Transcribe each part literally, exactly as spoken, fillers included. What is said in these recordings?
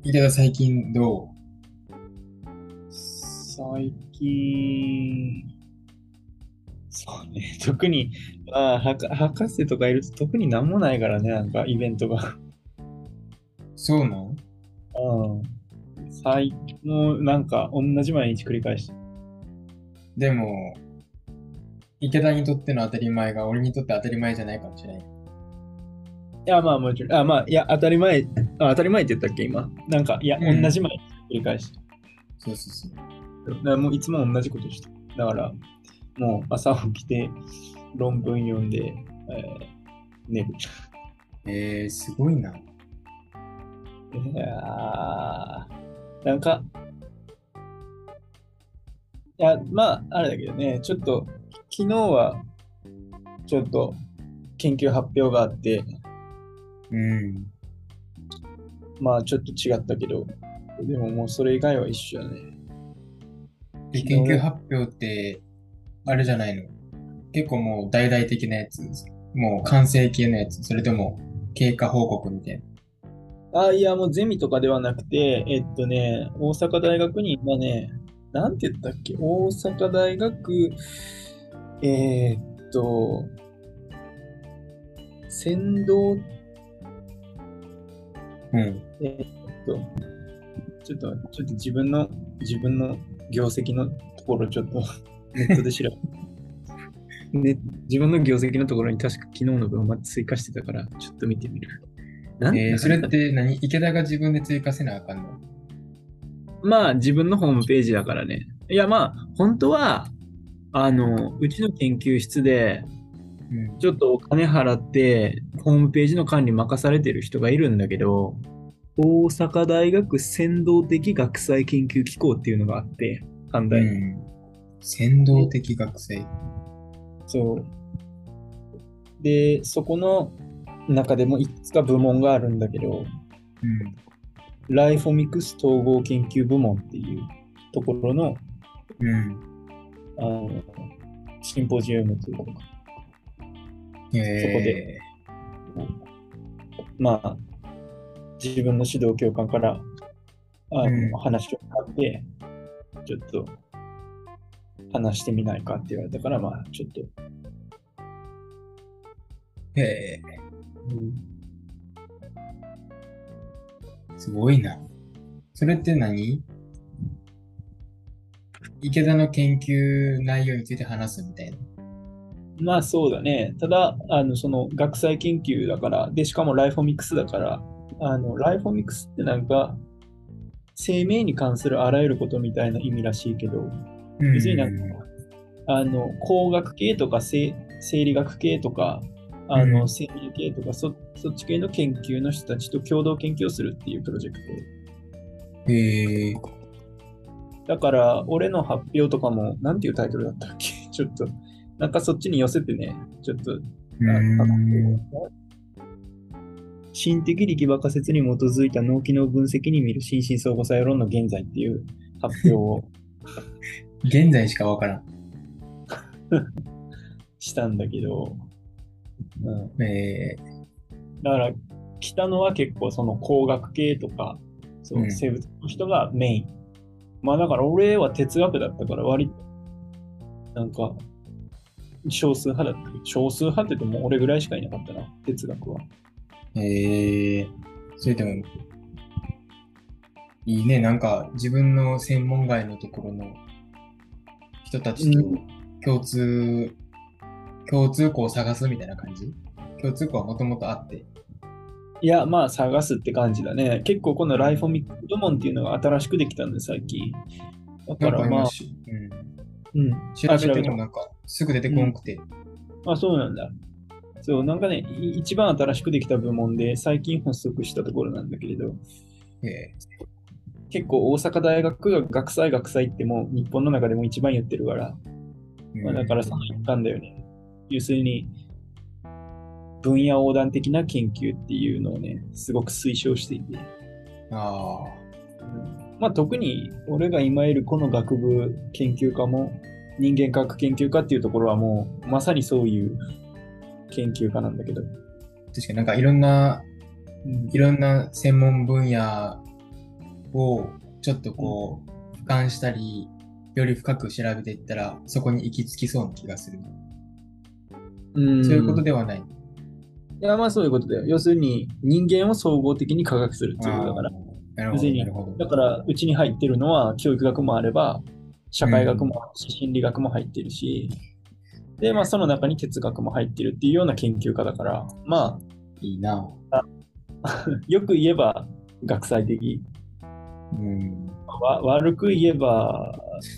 池田最近ど最近、そうね、特に、まあ、はか博士とかいると特になんもないからね、なんかイベントが。 うそうなんうん。最もうなんか同じ毎日繰り返して。 でも、池田にとっての当たり前が俺にとって当たり前じゃないかもしれない。 いや、まあもちろん、あ、まあ、いや、当たり前、あ、当たり前って言ったっけ、今。なんか、いや、同うん。 じ毎日繰り返して。 そうそうそう。 だからもういつも同じことして。だから、もう朝起きて、論文読んで、えー寝る。 えー、すごいな。 いやー、なんか、いや、まあ、あれだけどね、ちょっと、昨日は、ちょっと、研究発表があって、 うん。 まあ、ちょっと違ったけど、でももうそれ以外は一緒やね。 で、 昨日や、 研究発表って、あれじゃないの？結構もう大々的なやつ、もう完成形のやつ、それとも経過報告みたいな。 あ、いや、もうゼミとかではなくて、えっとね、大阪大学に今ね、なんて言ったっけ、大阪大学、えーっと、先導、 うん。 えーっと、ちょっと、ちょっと自分の、自分の業績のところちょっとネットで調べで、自分の業績のところに確か昨日の分まで追加してたから、ちょっと見てみる。なん、 えー、それっなんだて何？池田が自分で追加せなあかんの？ まあ、自分のホームページだからね。いや、まあ、本当は、あの、うちの研究室で、 うん。 ちょっとお金払って、ホームページの管理任されてる人がいるんだけど、大阪大学先導的学際研究機構っていうのがあって、短う大に。 ん。先導で、 的学生。 そう。で、そこの中でもいくつか部門があるんだけど、 うん。 ライフォミクス統合研究部門っていうところの、 うん。 あのシンポジウムというか、そこで、 えまあ、自分の指導教官からー、うあのん。 話をもらって、ちょっと話してみないかって言われたから、まあ、ちょっと、 へえ、 うん、 すごいな。それって何？池田の研究内容について話すみたいな。 まあそうだね。ただ、あの、その学際研究だから、で、しかもライフォミクスだから、あの、ライフォミクスってなんか、生命に関するあらゆることみたいな意味らしいけど、 う別になんか、 ん。 あの、工学系とか生、生理学系とか、あの、 うん。 生理系とか、そ、そっち系の研究の人たちと共同研究をするっていうプロジェクト。 へえ、 だから、俺の発表とかも、なんていうタイトルだったっけちょっと、なんかそっちに寄せてね、ちょっと、 うあの、発ん。 表心的力学仮説に基づいた脳機能分析に見る心神相互作用論の現在っていう発表を現在しかわからん。 したんだけど、うん、 ええ、 だから、来たのは結構その工学系とか、そう、 うん。 生物の人がメイン。まあだから俺は哲学だったから割となんか少数派だったけど、少数派って言っても俺ぐらいしかいなかったな、哲学は。 ええ、それでもいいね。なんか自分の専門外のところの人たちとうん、 共通、共通項を探すみたいな感じ？共通項はもともとあって。 いや、まあ探すって感じだね。結構このライフォミック部門っていうのが新しくできたんで、最近。だなんからまあ、 か今し、うん。 うん。あ、 調べ調べた。 てもなんかすぐ出てうん。 こんくて。 あ、そうなんだ。そう、なんかね、い一番新しくできた部門で最近発足したところなんだけれど、 ええ、 結構大阪大学が学祭学祭ってもう日本の中でも一番言ってるから、 うまあ、だからその一ん。 環だよね。要するに分野横断的な研究っていうのをね、すごく推奨していて。 ああ、 うん、まあ特に俺が今いるこの学部研究科も人間科学研究科っていうところはもうまさにそういう研究科なんだけど。 確かになんかいろんな、 うん、 いろんな専門分野をちょっとこう、俯瞰したり、より深く調べていったら、そこに行き着きそうな気がする。 うん。 そういうことではない。 いや、まあそういうことだよ。要するに人間を総合的に科学するっていうことだああ、 から。 なるほど、な要するに、 るほど。 だからうちに入ってるのは教育学もあれば、社会学うん、 もあるし、心理学も入ってるし、で、まあその中に哲学も入ってるっていうような研究家だから、まいいな。 あ、よく言えば学際的、 うん、 わ悪く言えば、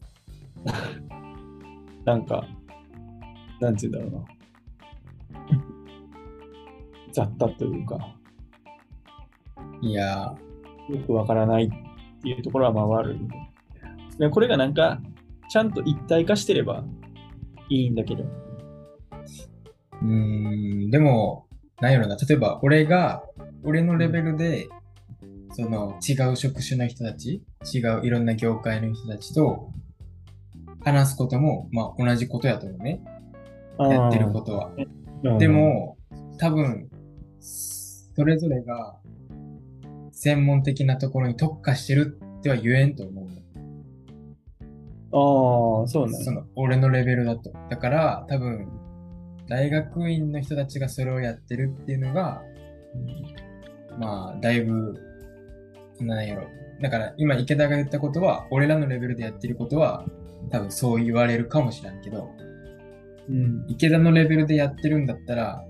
なんか、なんて言うんだろうな、雑多というか、 いやよくわからないっていうところはまあ悪い。でこれがなんか、ちゃんと一体化してればいいんだけど。 ー、うーん、でも、なんやろな、例えば俺が、俺のレベルで、その違う職種の人たち、違ういろんな業界の人たちと話すことも、まあ同じことやと思うね。やってるあことは。 あ、 でも、多分、それぞれが専門的なところに特化してるっては言えんと思うの。 ああ、そうなんや。 その、俺のレベルだと。だから、多分、大学院の人たちがそれをやってるっていうのが、まあ、だいぶ、なんやろ。だから、今、池田が言ったことは、俺らのレベルでやってることは、多分そう言われるかもしれんけど、 うん。 池田のレベルでやってるんだったら、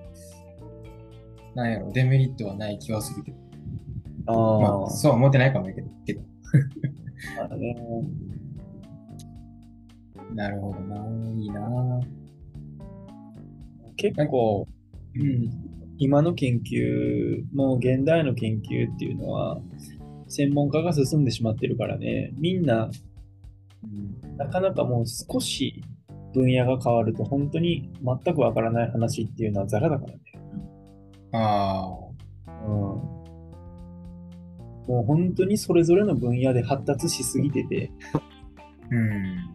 なんやろ、デメリットはない気はするけど。 あまあ、 あ、 そうは思ってないかもやけど。けどまあね。 なるほどな。いいな。なんか結構、うん、今の研究、もう現代の研究っていうのは、専門家が進んでしまってるからね、みんな、 うん、 なかなかもう少し分野が変わると、本当に全くわからない話っていうのはザラだからね。 あうん、もう本当にそれぞれの分野で発達しすぎてて、 あ、うん。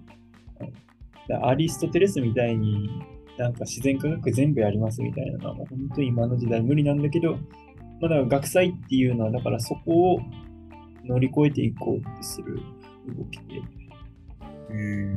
アリストテレスみたいになんか自然科学全部やりますみたいなのはもう本当に今の時代無理なんだけど、まあ、だから学祭っていうのはだからそこを乗り越えていこうってする動きで、 うん。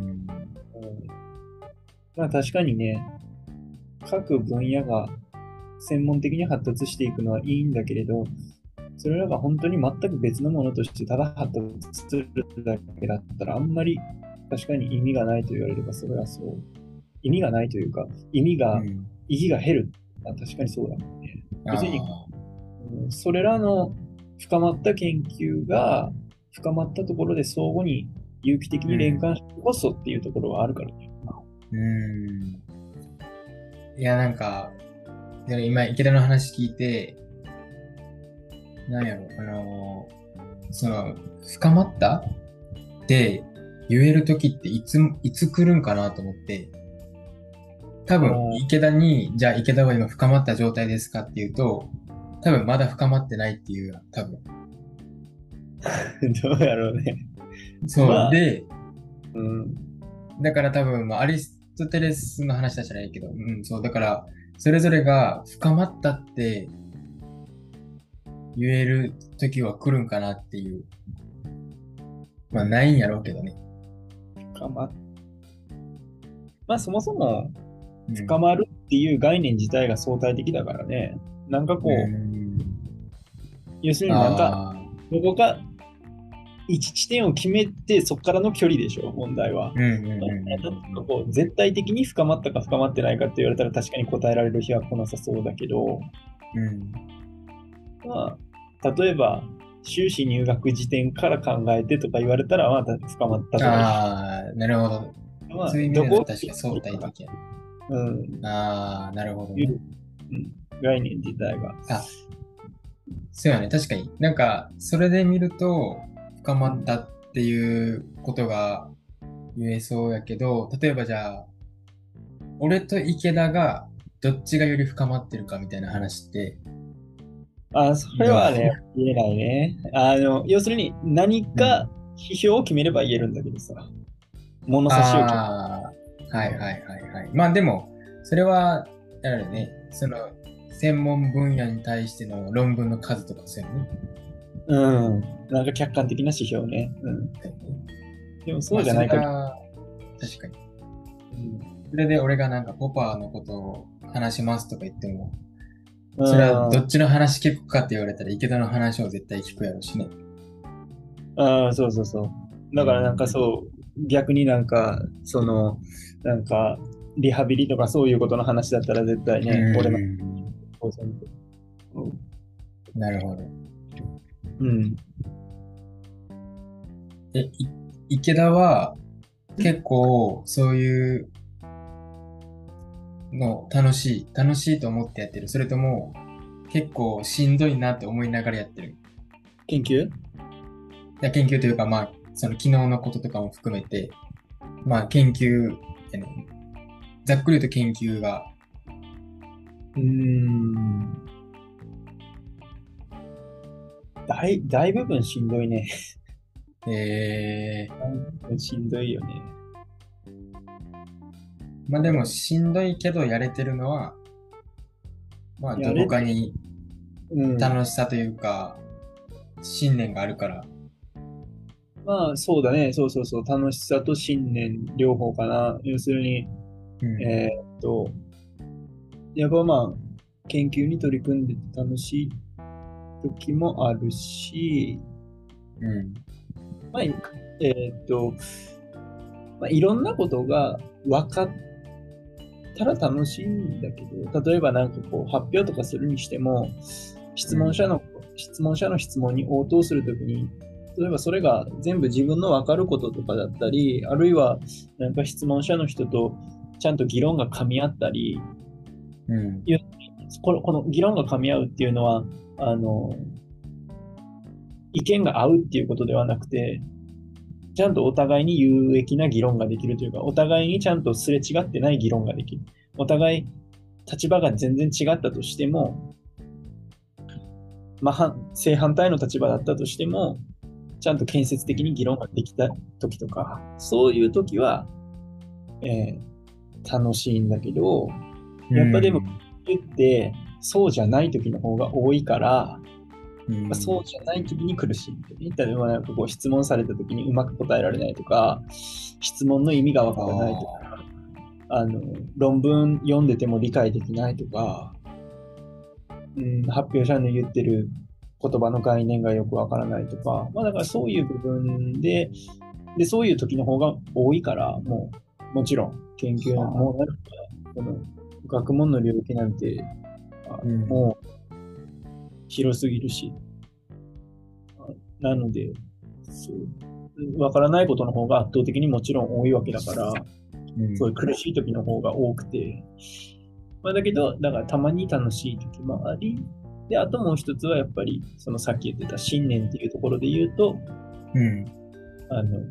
うん、まあ確かにね、各分野が専門的に発達していくのはいいんだけれど、それらが本当に全く別のものとしてただ発達するだけだったらあんまり確かに意味がないと言われればそれはそう。意味がないというか、意味が、 うん。 意義が減る。あ、確かにそうだもんね。 あ別に、 あ、 うん、それらの深まった研究が深まったところで相互に有機的に連うん。 関してこそっていうところはあるからね。 うん。いや、なんか、で今、池田の話聞いて、なんやろ、あのーその、深まったって言えるときっていつ、いつ来るんかなと思って、多分、 あ池田に、じゃあ池田は今深まった状態ですかっていうと、多分まだ深まってないっていう、多分。 ーどうやろうね。 そう。 まあ、 で、 うん。 だから多分、まあ、アリストテレスの話だじゃないけど、うん、そう。だから、それぞれが深まったって言える時は来るんかなっていう。まあ、ないんやろうけどね。 深ま、まあそもそもうん。 深まるっていう概念自体が相対的だからね。なんかうこう、 ん。 要するになんか、 ああ。 どこか一地点を決めて、そこからの距離でしょ、問題は。 うんうんうんなんかうんこう絶対的に深まったか深まってないかって言われたら確かに答えられる日は来なさそうだけど、 うん。うん。 まあ、例えば、修士入学時点から考えてとか言われたら、まあ、深まったとは言ああ、なるほど。 う。まあ、 そういう意味ではどこを確かに相対か、 的や。 うん、 ああ、なるほどね。 いう、うん、概念自体が。 あ、そうやね。確かに。なんか、それで見ると、深まうん、 ったっていうことが言えそうやけど、例えばじゃあ、俺と池田がどっちがより深まってるかみたいな話って、 あ、それどう？ はね、言えないね。あの、要するに何うん。 か指標を決めれば言えるんだけどさ、物差しを決ああ、はいはいはいはい。まあでも、それは、あれね、その、専門分野に対しての論文の数とかそういうのね。 うん。なんか客観的な指標ね。うん。でもそまあ、それうじゃないかも。 が、確かに。 うんそれで俺がなんかポパーのことを話しますとか言っても、 うそれはどっん。 ちの話聞くかって言われたら池田の話を絶対聞くやろしね。 ああ、そうそうそう。だからなんかうん。 そう、逆になんか、その、なんか、リハビリとかそういうことの話だったら絶対うね、俺のん。 方針で。 なるほど。 うん。 え、い池田は結構そういうの楽しい、楽しいと思ってやってる。それとも結構しんどいなって思いながらやってる。い研究や研究というか、まあ、その昨日のこととかも含めて、まあ研究、あのざっくり言うと研究が、 うーん。大、大部分しんどいね。 えー、 大部分しんどいよね。 まあでもしんどいけどやれてるのは、まあどこやれて、 かにうん。 楽しさというか、信念があるから。 まあ、そうだね。そうそうそう。楽しさと信念両方かな。要するに、 うん。 えーっと、やっぱまあ、研究に取り組んでて楽しい時もあるし、 うん。 まあ、えーっと、まあ、いろんなことが分かったら楽しいんだけど、例えばなんかこう発表とかするにしても、質うん。 問者の、質問者の質問に応答するときに、例えばそれが全部自分の分かることとかだったり、あるいはなんか質問者の人とちゃんと議論が噛み合ったり、 うん。 いうこのこの議論が噛み合うっていうのは、あの、意見が合うっていうことではなくて、ちゃんとお互いに有益な議論ができるというか、お互いにちゃんとすれ違ってない議論ができる。お互い立場が全然違ったとしても、まあ、正反対の立場だったとしても、ちゃんと建設的に議論ができた時とか、そういう時は、えー楽しいんだけど、 うやっぱでもん。 言って、そうじゃない時の方が多いから、 うん。 そうじゃない時に苦しいんだよね。例えばなんかこう質問された時にうまく答えられないとか、質問の意味がわあからないとか、 あ。 あの、論文読んでても理解できないとか、うん、発表者の言ってる言葉の概念がよくわからないとか、まあだからそういう部分で、で、そういう時の方が多いから、もう、もちろん研究、もうなんか、この学問の領域なんて、あうん。 もう広すぎるし、なので、そう、わからないことの方が圧倒的にもちろん多いわけだから、 うん。 そういう苦しい時の方が多くて、まあ、だけど、だからたまに楽しい時もあり、で、あともう一つはやっぱり、そのさっき言ってた信念っていうところで言うと、 うん。 あの、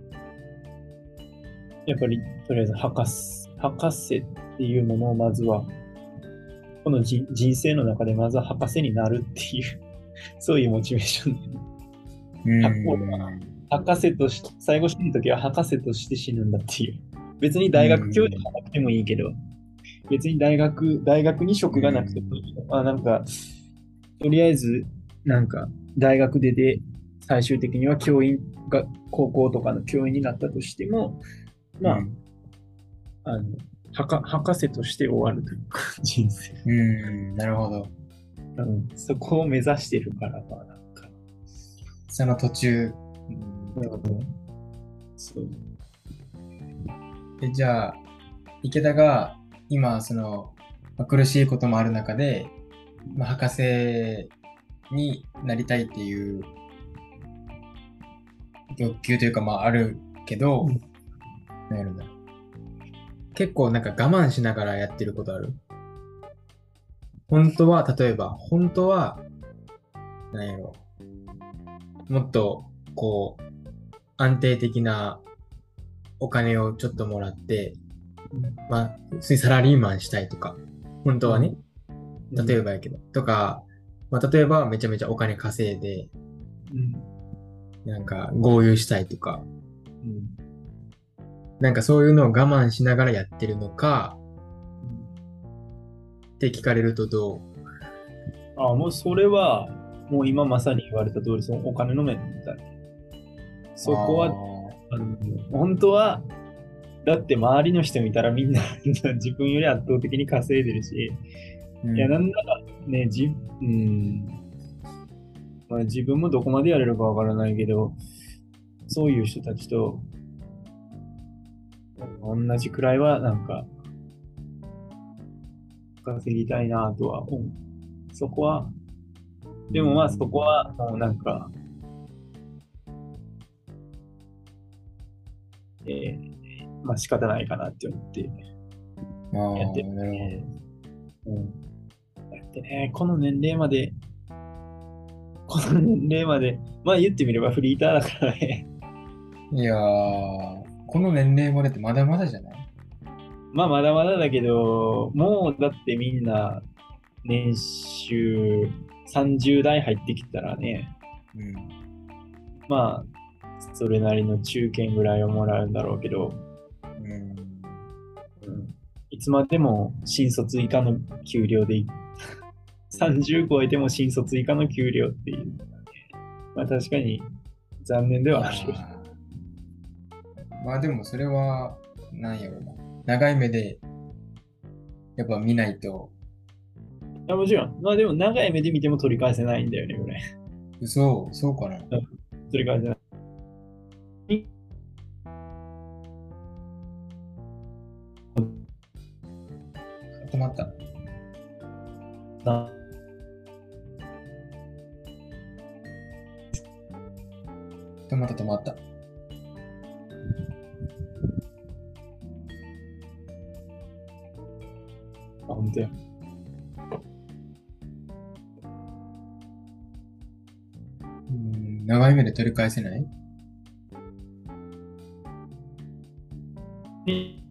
やっぱり、とりあえず博士、博士っていうものをまずは、このじ人生の中でまずは博士になるっていう、そういうモチベーションで、 うはん。 博士として、最後死ぬ時は博士として死ぬんだっていう。別にう大学教授じん。 ゃなくてもいいけど、別に大学、大学に職うがなくてもいん。 い。あ、なんか、とりあえず、なんか、大学出て、最終的には教員が、高校とかの教員になったとしても、まうん。 あ、あの、博博士として終わるというか、人生。 うん。なるほど。 うん、そこを目指してるから、まあ、なんか、 その途中、うん、っうん、 てこと。 そう。 え、じゃあ、池田が今、その、まあ苦しいこともある中で、まあ、博士になりたいっていう欲求というか、まあ、あるけど、 うん、 なんやろな。結構なんか我慢しながらやってることある。本当は、例えば、本当は、なんやろ。もっと、こう、安定的なお金をちょっともらって、まあ、普通にサラリーマンしたいとか、本当はね、 うん、うん、 例えばやけど、とか、まあ、例えばめちゃめちゃお金稼いで、 うん、 なんか豪遊したいとか、 うん。 なんかそういうのを我慢しながらやってるのかって聞かれるとどう？ あ、もうそれは、 もう今まさに言われた通り、そのお金の面だね。そこは、あの本当は、だって周りの人見たらみんな自分より圧倒的に稼いでるし、 うん、 いや、なんだかね、じ、うん、まあ、自分もどこまでやれるかわからないけど、そういう人たちと同じくらいはなんか稼ぎたいなとは思う。そこは、でもまあそこはもうなんか、えー、まあ仕方ないかなって思ってああ、 やってる。 なるほど。 うん。だってね、この年齢まで、この年齢まで、まあ言ってみればフリーターだからね。 いやー、この年齢までってまだまだじゃない？ まあまだまだだけど、もうだってみんな年収さんじゅう代入ってきたらね、 うん。 まあ、それなりの中堅ぐらいはもらうんだろうけど、 うん。 うん、いつまでも新卒以下の給料でいさんじゅう超えても新卒以下の給料っていう。まあ確かに残念でいやはある。 ー、まあでもそれは、なんやろな。長い目で、やっぱ見ないと、 いやもちろん。まあでも長い目で見ても取り返せないんだよね、これ。 嘘、そうかな。 うん、取り返せない。 止まった。 な止まった、止まった。 あ、本当や。 うん、長い目で取り返せない？ え